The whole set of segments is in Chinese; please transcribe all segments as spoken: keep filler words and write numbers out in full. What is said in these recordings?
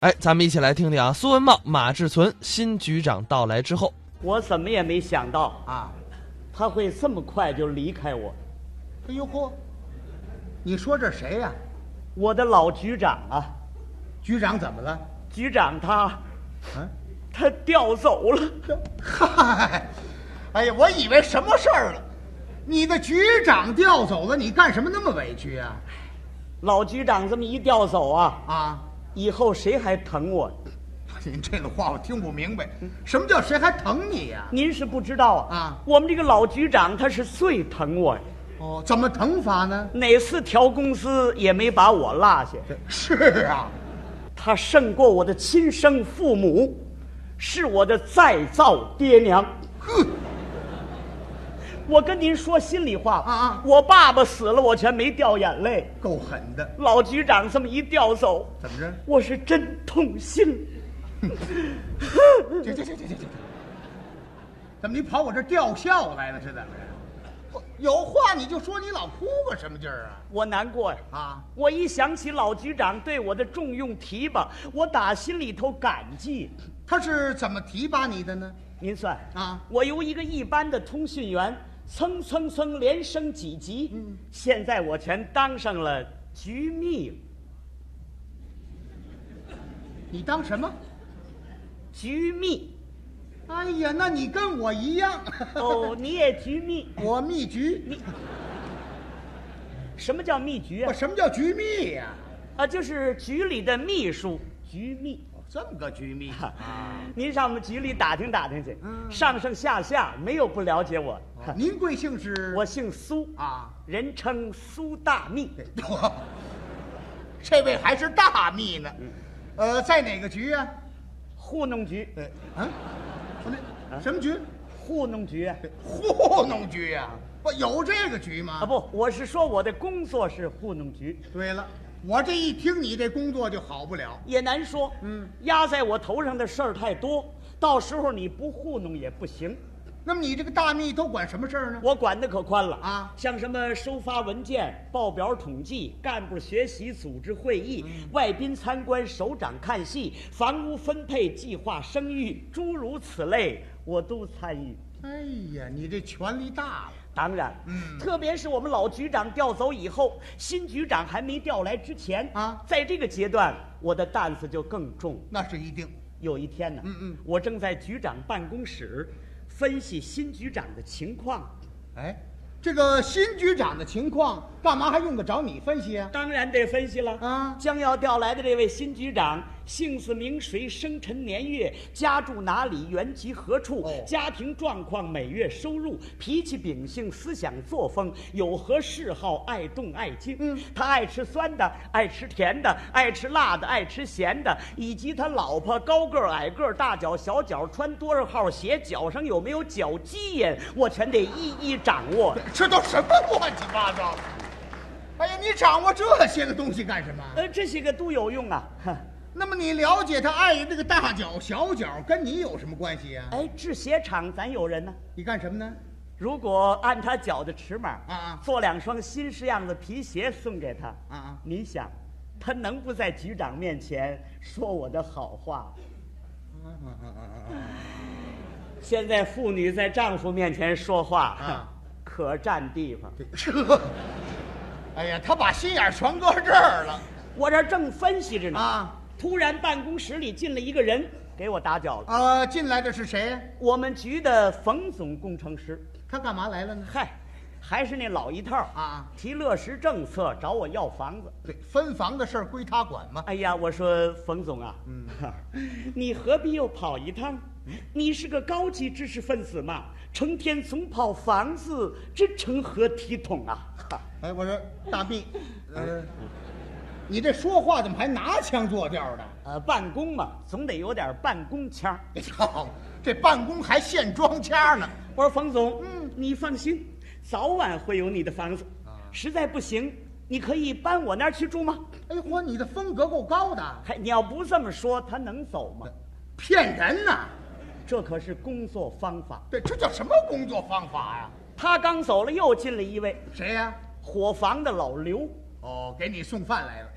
哎，咱们一起来听听啊，苏文茂、马志存新局长到来之后， 我怎么也没想到啊，他会这么快就离开我。 哎呦嚯，你说这谁呀、啊？ 我的老局长啊。 局长怎么了？ 局长他， 嗯、啊， 他调走了。 嗨，哎呀，我以为什么事儿了？你的局长调走了，你干什么那么委屈啊？ 老局长这么一调走啊啊！ 以后谁还疼我？ 您这个话我听不明白，什么叫谁还疼你呀、啊？ 您是不知道啊！ 啊， 我们这个老局长他是最疼我呀。 哦，怎么疼法呢？ 哪次调公司也没把我落下。 是啊， 他胜过我的亲生父母，是我的再造爹娘。 哼！ 我跟您说心里话啊啊！ 我爸爸死了，我全没掉眼泪， 够狠的。 老局长这么一调走， 怎么着？ 我是真痛心。 这这这这这这，怎么你跑我这吊孝来了是怎么着？有话你就说，你老哭个什么劲儿啊？ 我难过呀！ 啊！ 我一想起老局长对我的重用提拔，我打心里头感激。 他是怎么提拔你的呢？ 您算啊， 我由一个一般的通讯员，蹭蹭蹭连升几级， 嗯， 现在我全当上了局秘。 你当什么？ 局秘。 哎呀，那你跟我一样。 哦，你也局秘？ 我秘局。 秘？什么叫秘局啊？ 什么叫局秘呀、 啊？啊，就是局里的秘书，局秘。 这么个局秘啊！ 您上我们局里打听打听去， 嗯、 上上下下没有不了解我。 哦、您贵姓是？ 我姓苏啊， 人称苏大秘。 这位还是大秘呢。嗯、呃，在哪个局啊？ 糊弄局。 对，啊，那什么局？ 糊弄局啊！ 糊弄局呀、啊！不有这个局吗？ 啊不，我是说我的工作是糊弄局。 对了。我这一听你这工作就好不了， 也难说。 嗯， 压在我头上的事儿太多，到时候你不糊弄也不行。 那么你这个大秘都管什么事儿呢？ 我管的可宽了啊， 像什么收发文件、报表统计、干部学习、组织会议、嗯、外宾参观、首长看戏、房屋分配、计划生育，诸如此类，我都参与。 哎呀，你这权力大了。 当然， 嗯， 特别是我们老局长调走以后，新局长还没调来之前啊， 在这个阶段，我的担子就更重。 那是一定。 有一天呢， 嗯嗯， 我正在局长办公室分析新局长的情况。 哎，这个新局长的情况，干嘛还用得着你分析啊？ 当然得分析了啊！ 将要调来的这位新局长，姓氏名谁，生辰年月，家住哪里，原籍何处， 哦、 家庭状况，每月收入，脾气秉性，思想作风，有何嗜好，爱动爱静。 嗯， 他爱吃酸的，爱吃甜的，爱吃辣的，爱吃咸的，以及他老婆高个矮个，大脚小脚，穿多少号鞋，脚上有没有脚鸡眼，我全得一一掌握。 这都什么乱七八糟？哎呀，你掌握这些个东西干什么？ 呃，这些个都有用啊。 那么你了解他爱那个大脚小脚，跟你有什么关系呀、 啊？哎，制鞋厂咱有人呢。 你干什么呢？ 如果按他脚的尺码啊啊， 做两双新式样的皮鞋送给他啊啊， 你想，他能不在局长面前说我的好话？ 啊啊啊啊啊！ 现在妇女在丈夫面前说话啊， 可占地方。 这，哎呀，他把心眼全搁这儿了。 我这正分析着呢啊。 突然，办公室里进了一个人，给我打搅了。 呃，进来的是谁呀？ 我们局的冯总工程师。 他干嘛来了呢？ 嗨，还是那老一套啊， 提落实政策，找我要房子。 对，分房的事儿归他管吗？ 哎呀，我说冯总啊， 嗯， 你何必又跑一趟？你是个高级知识分子嘛，成天总跑房子，这成何体统啊？ 哎，我说大秘，呃。你这说话怎么还拿腔作调的？ 呃，办公嘛，总得有点办公腔。 操，这办公还现装腔呢。 我说冯总， 嗯， 你放心，早晚会有你的房子。 啊， 实在不行，你可以搬我那儿去住吗？ 哎呦嚯，你的风格够高的。 还你要不这么说，他能走吗？ 骗人呐！ 这可是工作方法。 对，这叫什么工作方法呀？ 他刚走了，又进了一位。 谁呀？ 伙房的老刘。 哦，给你送饭来了。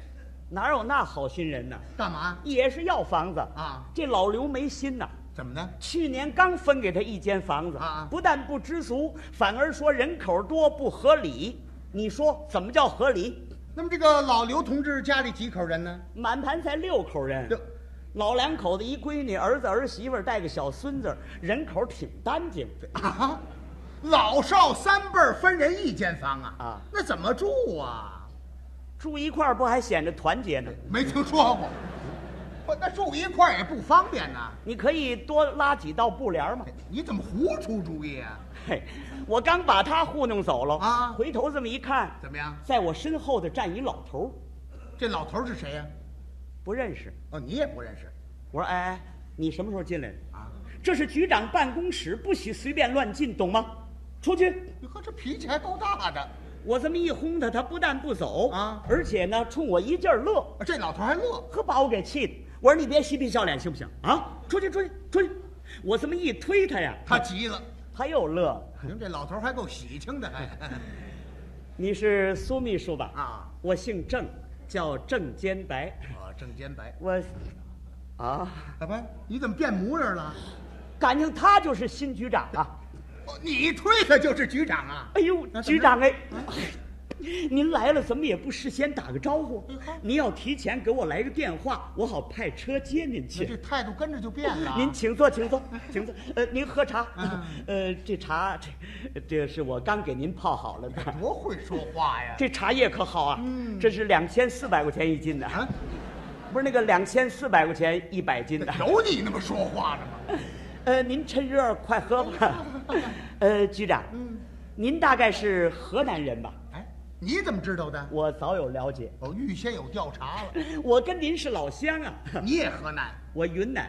哪有那好心人呢？ 干嘛也是要房子啊？ 这老刘没心呐。 怎么呢？ 去年刚分给他一间房子啊， 不但不知足，反而说人口多不合理。你说怎么叫合理？ 那么这个老刘同志家里几口人呢？ 满盘才六口人， 六老两口子一闺女，儿子儿媳妇带个小孙子，人口挺干净啊。老少三辈儿分人一间房啊？ 啊， 那怎么住啊？ 住一块儿不还显着团结呢？ 没听说过。不，那住一块儿也不方便呐。 你可以多拉几道布帘嘛。 你怎么胡出主意啊？ 嘿，我刚把他糊弄走了啊， 回头这么一看， 怎么样？ 在我身后的站一老头。 这老头是谁呀？ 不认识。 哦，你也不认识。 我说，哎，你什么时候进来的？ 啊， 这是局长办公室，不许随便乱进，懂吗？出去！ 你呵，这脾气还够大的。 我这么一轰他，他不但不走啊， 而且呢，冲我一劲儿乐。 这老头还乐， 可把我给气的。我说你别嬉皮笑脸行不行啊？出去，出去，出去！我这么一推他呀， 他急了， 他又乐。 您这老头还够喜庆的，还。 你是苏秘书吧？ 啊， 我姓郑，叫郑坚白。 哦，郑坚白。 我，啊， 大白，你怎么变模样了？ 感情他就是新局长啊！ 哦，你推他就是局长啊？ 哎呦，局长哎，您来了怎么也不事先打个招呼？您要提前给我来个电话，我好派车接您去。 这态度跟着就变了。 您请坐，请坐，请坐。呃，您喝茶。呃，这茶，这这是我刚给您泡好了的。 多会说话呀！ 这茶叶可好啊！嗯，这是两千四百块钱一斤的啊， 不是那个两千四百块钱一百斤的。 有你那么说话的吗？ 呃，您趁热快喝吧。呃，局长，嗯，您大概是河南人吧？ 哎，你怎么知道的？ 我早有了解， 哦，预先有调查了。 我跟您是老乡啊。 你也河南？ 我云南。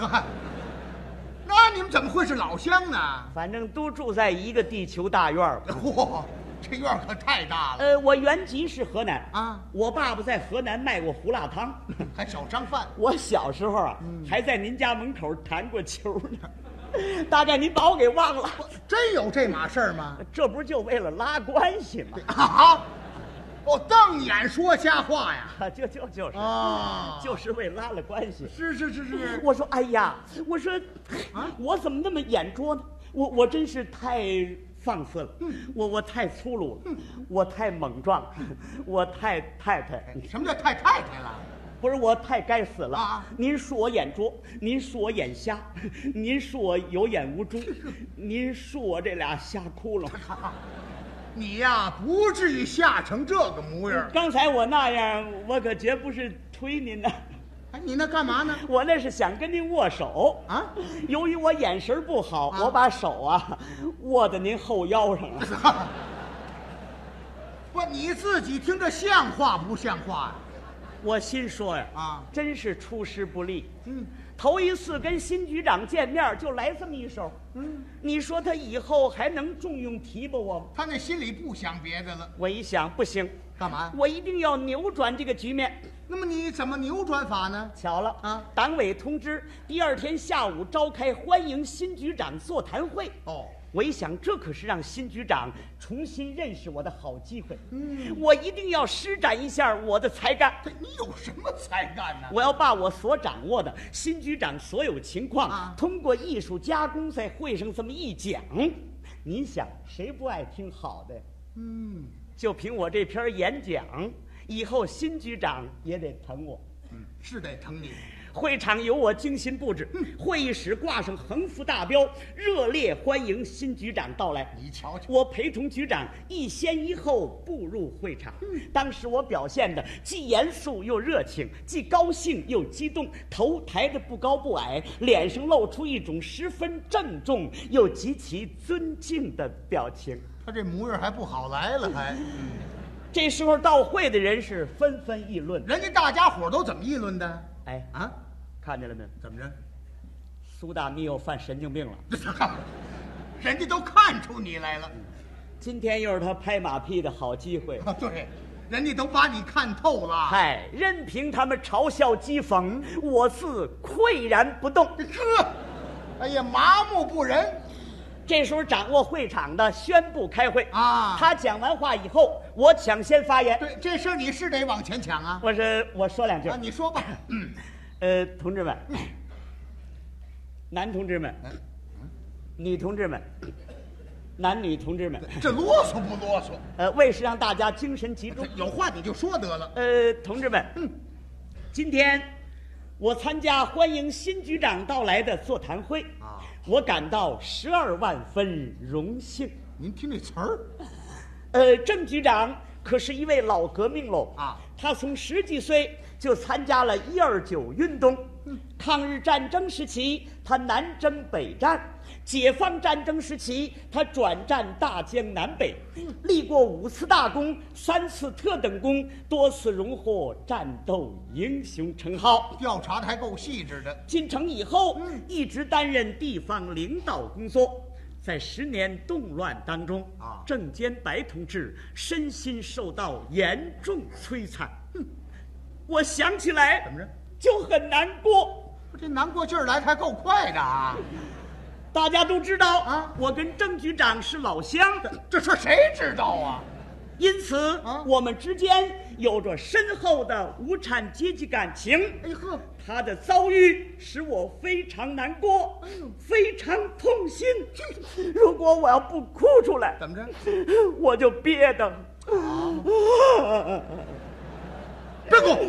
那你们怎么会是老乡呢？ 反正都住在一个地球大院儿。 嚯，这院可太大了。 呃，我原籍是河南啊， 我爸爸在河南卖过胡辣汤， 还小商贩。 我小时候啊，嗯、还在您家门口弹过球呢。大概您把我给忘了。 真有这码事儿吗？ 这不是就为了拉关系吗？ 啊！哦，瞪眼说瞎话呀！ 就就就是啊， 就是为拉了关系。 是是是是。 我说，哎呀，我说，啊，我怎么那么眼拙呢？我我真是太放肆了，嗯、我我太粗鲁了，嗯、我太莽撞，我太太太。 什么叫太太太了？ 不是我太该死了啊！ 您说我眼拙，您说我眼瞎，您说我有眼无珠，您说我这俩瞎窟窿。 你呀，不至于吓成这个模样。 刚才我那样，我可绝不是推您的。 哎，你那干嘛呢？ 我那是想跟您握手啊。 由于我眼神不好， 啊、 我把手啊握在您后腰上了。 不，你自己听着像话不像话呀？ 我心说呀， 啊， 真是出师不利。 嗯， 头一次跟新局长见面就来这么一手。嗯，你说他以后还能重用提拔我吗？ 他那心里不想别的了。 我一想，不行， 干嘛？ 我一定要扭转这个局面。 那么你怎么扭转法呢？ 巧了啊， 党委通知第二天下午召开欢迎新局长座谈会。 哦。 我一想，这可是让新局长重新认识我的好机会。 嗯， 我一定要施展一下我的才干。 你有什么才干呢？ 我要把我所掌握的新局长所有情况， 啊、 通过艺术加工，在会上这么一讲，您想谁不爱听好的？ 嗯， 就凭我这篇演讲，以后新局长也得疼我。 嗯，是得疼你。 会场由我精心布置，会议室挂上横幅大标，热烈欢迎新局长到来。 你瞧瞧， 我陪同局长一先一后步入会场。当时我表现的既严肃又热情，既高兴又激动，头抬得不高不矮，脸上露出一种十分郑重又极其尊敬的表情。 他这模样还不好来了，还。嗯， 这时候到会的人是纷纷议论， 人家大家伙都怎么议论的？ 哎啊！ 看见了没？ 怎么着？ 苏大密又犯神经病了。 人家都看出你来了。 今天又是他拍马屁的好机会。 啊，对，人家都把你看透了。 嗨，任凭他们嘲笑讥讽，我自岿然不动。 呵，哎呀，麻木不仁。 这时候掌握会场的宣布开会啊。 他讲完话以后， 我抢先发言。 对，这事儿你是得往前抢啊。 我是我说两句啊，你说吧。嗯， 呃，同志们，男同志们，女同志们，男女同志们， 这啰嗦不啰嗦？ 呃，为是让大家精神集中， 有话你就说得了。 呃，同志们，嗯，今天我参加欢迎新局长到来的座谈会啊，我感到十二万分荣幸。 您听这词儿， 呃，郑局长可是一位老革命喽啊， 他从十几岁就参加了一二九运动，嗯，抗日战争时期他南征北战，解放战争时期他转战大江南北，立过五次大功，三次特等功，多次荣获战斗英雄称号。 调查的还够细致的。 进城以后，嗯，一直担任地方领导工作。在十年动乱当中啊，郑坚白同志身心受到严重摧残。哼，我想起来怎么着就很难过。 这难过劲儿来的还够快的啊！ 大家都知道啊， 我跟郑局长是老乡， 这事谁知道啊？ 因此、啊、我们之间有着深厚的无产阶级感情。 哎呵， 他的遭遇使我非常难过，哎呦，非常痛心。如果我要不哭出来， 怎么着？ 我就憋得。 啊、别哭，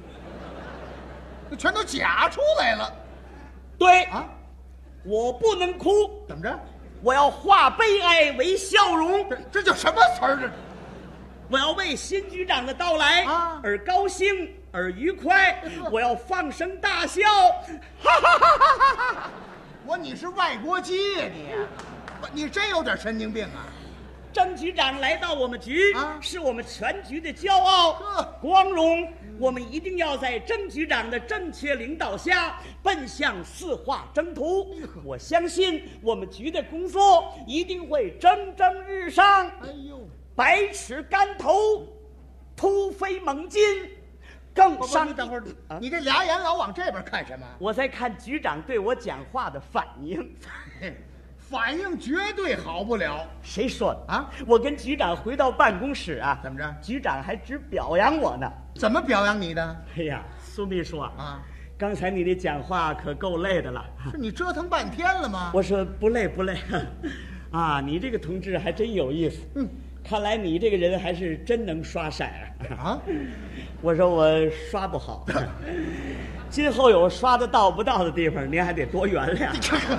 全都假出来了。 对啊， 我不能哭。 怎么着？ 我要化悲哀为笑容。 这这叫什么词儿？这我要为新局长的到来而高兴而愉快，啊、我要放声大笑，哈哈哈哈哈哈！ 我你是外国鸡呀、啊、你，你真有点神经病啊！ 郑局长来到我们局，啊、是我们全局的骄傲、 啊、 光荣。嗯、我们一定要在郑局长的正确领导下，奔向四化征途。我相信我们局的工作一定会蒸蒸日上。 哎呦！ 百尺竿头，突飞猛进，更上。 你等会儿，啊、你这俩眼老往这边看什么？ 我在看局长对我讲话的反应， 反应绝对好不了。 谁说的啊？ 我跟局长回到办公室啊， 怎么着？ 局长还只表扬我呢。 怎么表扬你的？ 哎呀，苏秘书啊， 啊， 刚才你的讲话可够累的了。 是你折腾半天了吗？ 我说不累不累，啊，你这个同志还真有意思。嗯。看来你这个人还是真能刷色啊！我说我刷不好，今后有刷得到不到的地方，您还得多原谅。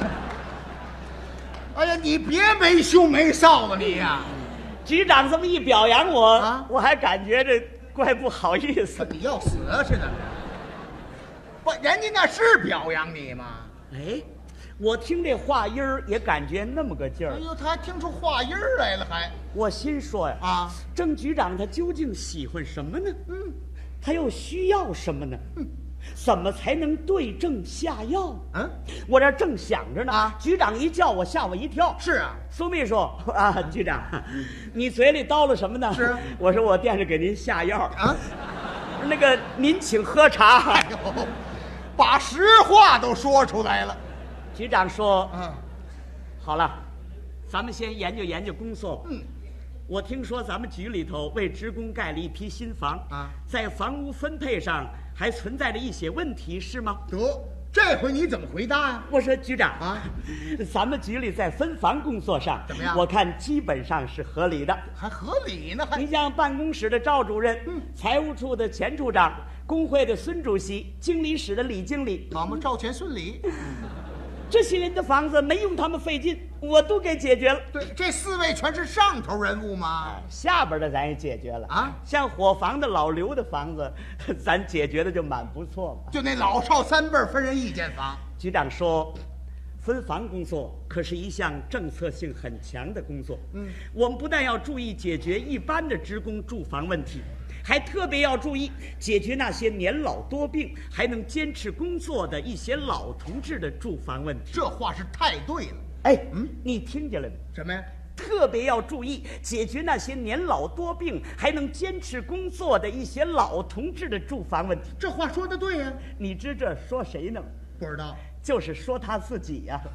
哎呀，你别没羞没臊了你呀、啊！ 局长这么一表扬我， 啊、 我还感觉这怪不好意思。 你要死啊？是怎么着？不，人家那是表扬你吗？ 哎。我听这话音儿也感觉那么个劲儿。 哎呦，他还听出话音儿来了，还。 我心说呀， 啊， 郑局长他究竟喜欢什么呢？嗯，他又需要什么呢？嗯，怎么才能对症下药？嗯，我这正想着呢。啊，局长一叫我，吓我一跳。 是啊， 苏秘书啊，局长，你嘴里叨了什么呢？ 是， 我说我惦着给您下药啊。那个，您请喝茶。 哎呦，把实话都说出来了。 局长说：“ 嗯， 好了，咱们先研究研究工作。嗯，我听说咱们局里头为职工盖了一批新房啊，在房屋分配上还存在着一些问题，是吗？ 得，这回你怎么回答呀？ 我说局长啊， 咱们局里在分房工作上怎么样？ 我看基本上是合理的， 还合理呢？还你像办公室的赵主任，嗯，财务处的钱处长，工会的孙主席，经理室的李经理， 好嘛，赵钱孙李。” 这些人的房子没用他们费劲，我都给解决了。 对，这四位全是上头人物吗？ 下边的咱也解决了啊。 像伙房的老刘的房子，咱解决的就蛮不错嘛。 就那老少三辈分人一间房。 局长说，分房工作可是一项政策性很强的工作。嗯，我们不但要注意解决一般的职工住房问题，还特别要注意解决那些年老多病还能坚持工作的一些老同志的住房问题。 这话是太对了。 哎，嗯，你听见了没？ 什么呀？ 特别要注意解决那些年老多病还能坚持工作的一些老同志的住房问题。 这话说的对呀。 你知这说谁呢？ 不知道。 就是说他自己呀、啊。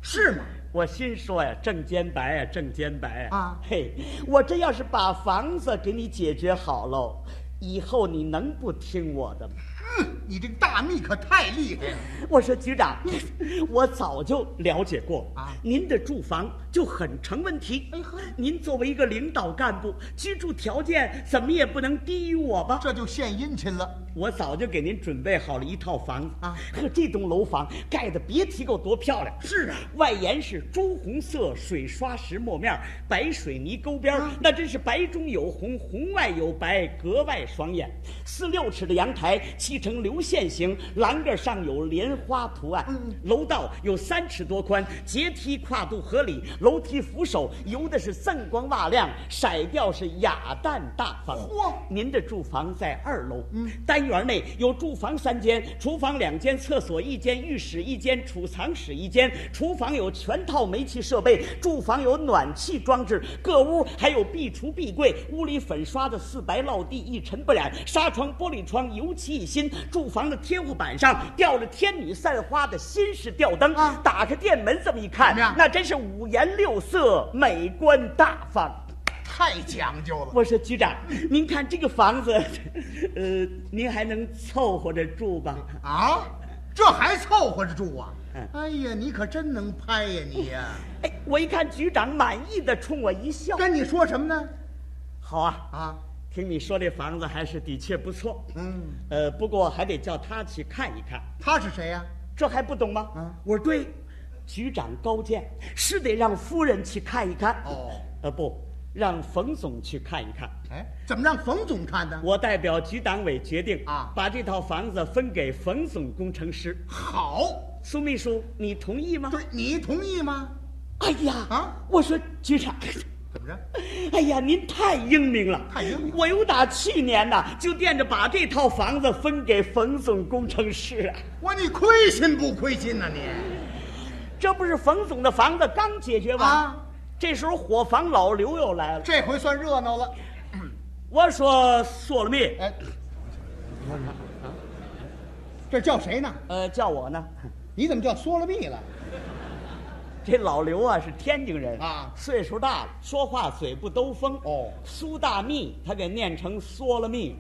是吗？ 我心说呀，挣肩白呀，挣肩白呀！ 啊， 嘿，我这要是把房子给你解决好喽，以后你能不听我的吗？ 嗯，你这个大秘可太厉害了。 我说局长，我早就了解过啊， 您的住房就很成问题。 哎呵， 您作为一个领导干部，居住条件怎么也不能低于我吧？ 这就献殷勤了。 我早就给您准备好了一套房子啊， 呵，这栋楼房盖的别提够多漂亮。 是啊， 外檐是朱红色水刷石墨面，白水泥沟边， 啊， 那真是白中有红，红外有白，格外爽眼。四六尺的阳台砌成流线型，栏杆上有莲花图案。 嗯， 楼道有三尺多宽，阶梯跨度合理，楼梯扶手油的是锃光瓦亮，色调是雅淡大方。 嚯， 您的住房在二楼， 嗯， 单元内有住房三间，厨房两间，厕所一间，浴室一间，储藏室一间。厨房有全套煤气设备，住房有暖气装置，各屋还有壁橱壁柜。屋里粉刷的四白落地，一尘不染，纱窗玻璃窗油漆一新。住房的天花板上吊着天女散花的新式吊灯， 啊， 打开店门这么一看，那真是五颜六色，美观大方。 太讲究了。 我说局长，您看这个房子，呃，您还能凑合着住吧？ 啊，这还凑合着住啊？哎呀，你可真能拍呀你呀！ 哎，我一看局长满意的冲我一笑， 跟你说什么呢？ 好啊啊， 听你说这房子还是的确不错。 嗯， 呃，不过还得叫他去看一看。 他是谁呀？ 这还不懂吗？ 啊， 我说对，局长高见，是得让夫人去看一看。 哦， 呃不。让冯总去看一看。 哎，怎么让冯总看呢？ 我代表局党委决定啊， 把这套房子分给冯总工程师。 好， 苏秘书，你同意吗？ 对，你同意吗？ 哎呀， 啊， 我说局长， 怎么着？ 哎呀，您太英明了， 太英明了！ 我有打去年呐，就惦着把这套房子分给冯总工程师啊。 我你亏心不亏心呐、啊、你？ 这不是冯总的房子刚解决完？ 啊， 这时候伙房老刘又来了， 这回算热闹了。 我说索了密， 哎，这叫谁呢？ 呃，叫我呢。 你怎么叫缩了密了？ 这老刘啊是天津人啊， 岁数大了，说话嘴不兜风。 哦， 苏大密他给念成缩了密。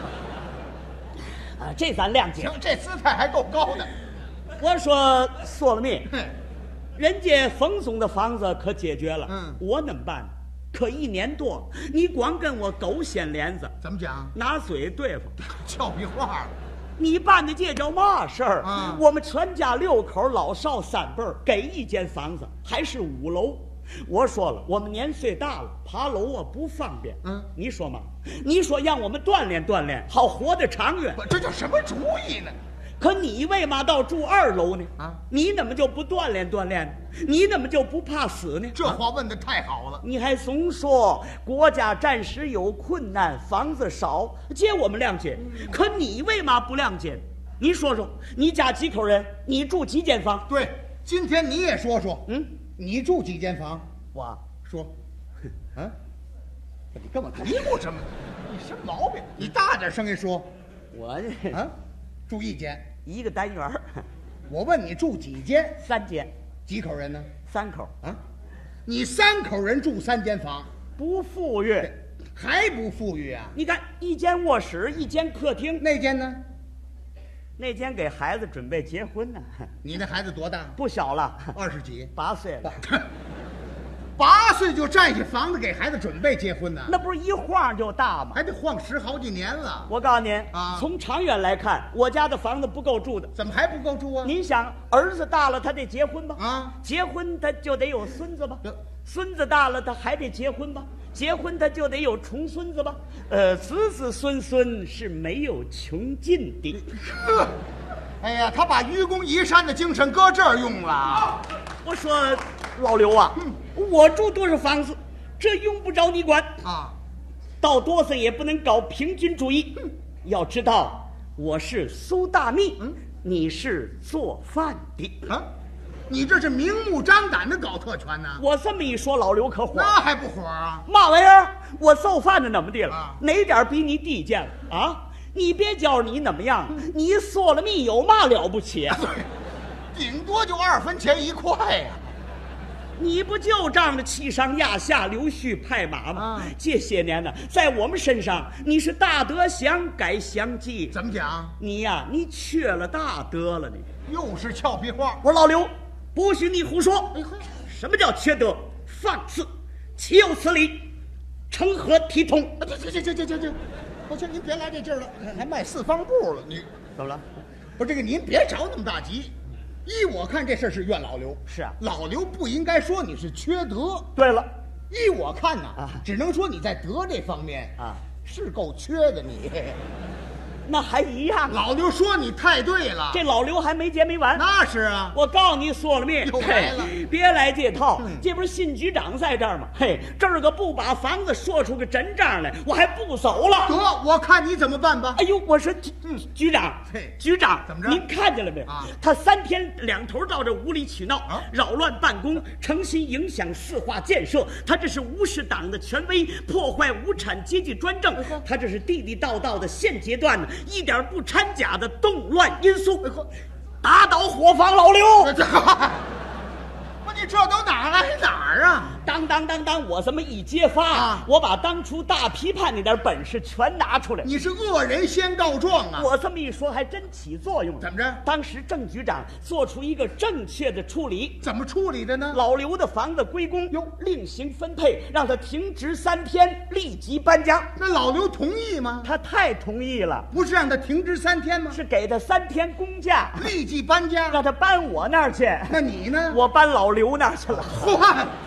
啊，这咱谅解。 行，这姿态还够高的。 我说缩了密。人家冯总的房子可解决了， 嗯， 我怎么办？可一年多了，你光跟我狗掀帘子， 怎么讲？ 拿嘴对付， 俏皮话了。 你办的这叫嘛事儿？ 啊， 我们全家六口老少三辈儿给一间房子，还是五楼。我说了，我们年岁大了，爬楼啊不方便。 嗯， 你说嘛？你说让我们锻炼锻炼，好活得长远。 这叫什么主意呢？ 可你为嘛到住二楼呢？ 啊， 你怎么就不锻炼锻炼呢？你怎么就不怕死呢？ 这话问得太好了。 你还总说国家暂时有困难，房子少，这我们谅解。嗯、可你为嘛不谅解？你说说，你家几口人？你住几间房？ 对，今天你也说说。 嗯， 你住几间房？ 我说。啊，你跟我嘀咕什么？你什么毛病？你大点声音说。 我啊，住一间。 一个单元。 我问你住几间？ 三间。 几口人呢？ 三口。 啊，你三口人住三间房， 不富裕， 还不富裕啊？ 你看，一间卧室，一间客厅。 那间呢？ 那间给孩子准备结婚呢。 你那孩子多大？ 不小了， 二十几， 八岁了。 八岁就占下房子给孩子准备结婚呢？ 那不是一晃就大吗？ 还得晃十好几年了。 我告诉您啊， 从长远来看，我家的房子不够住的。 怎么还不够住啊？ 您想，儿子大了，他得结婚吧？ 啊， 结婚他就得有孙子吧？孙子大了，他还得结婚吧？结婚他就得有重孙子吧？呃，子子孙孙是没有穷尽的。 呵，哎呀，他把愚公移山的精神搁这儿用了。 我说，老刘啊，嗯、我住多少房子，这用不着你管啊。 到多少也不能搞平均主义。嗯、要知道，我是苏大密，嗯、你是做饭的啊。你这是明目张胆的搞特权呢！ 我这么一说，老刘可火， 那还不火啊？ 嘛玩意儿？我做饭的怎么地了？ 啊、 哪点比你低贱了啊？你别觉着你怎么样，嗯、你说了密有嘛了不起？ 对，顶多就二分钱一块呀、啊。 你不就仗着欺上压下、溜须拍马吗？ 啊这些年呢，在我们身上你是大德想改相继。 怎么讲？ 你呀、你缺了大德了你。 又是俏皮话。 我说老刘，不许你胡说。 哎呵， 什么叫缺德？放肆！岂有此理！成何体统？ 啊这这这这这这这，我说您别来这劲儿了，还还卖四方步了，你怎么了？ 不是这个您别着那么大急。依我看这事儿是怨老刘。 是啊老刘不应该说你是缺德。 对了， 依我看呐， 啊只能说你在德这方面啊是够缺的你。 那还一样啊。 老刘说你太对了， 这老刘还没结没完。 那是啊。 我告诉你，说了命， 又来了嘿别来这套。 嗯这不是新局长在这儿吗？嘿，这儿个不把房子说出个真账来，我还不走了。 得，我看你怎么办吧。 哎呦，我说局局长嘿， 局长， 怎么着您看见了没有？ 啊他三天两头到这无理取闹， 啊扰乱办公，诚心影响市化建设。他这是无视党的权威，破坏无产阶级专政。他这是地地道道的现阶段呢，一点不掺假的动乱因素。打倒伙房老刘。 这不，你这都哪儿来哪儿啊？ 当当当当，我这么一揭发， 啊我把当初大批判那点本事全拿出来。 你是恶人先告状啊？ 我这么一说，还真起作用了。 怎么着当时郑局长做出一个正确的处理， 怎么处理的呢？ 老刘的房子归公，哟，另行分配，让他停职三天，立即搬家。 那老刘同意吗？ 他太同意了， 不是让他停职三天吗？ 是给他三天公假， 立即搬家。 让他搬我那儿去。 那你呢？ 我搬老刘那儿去了。 嚯！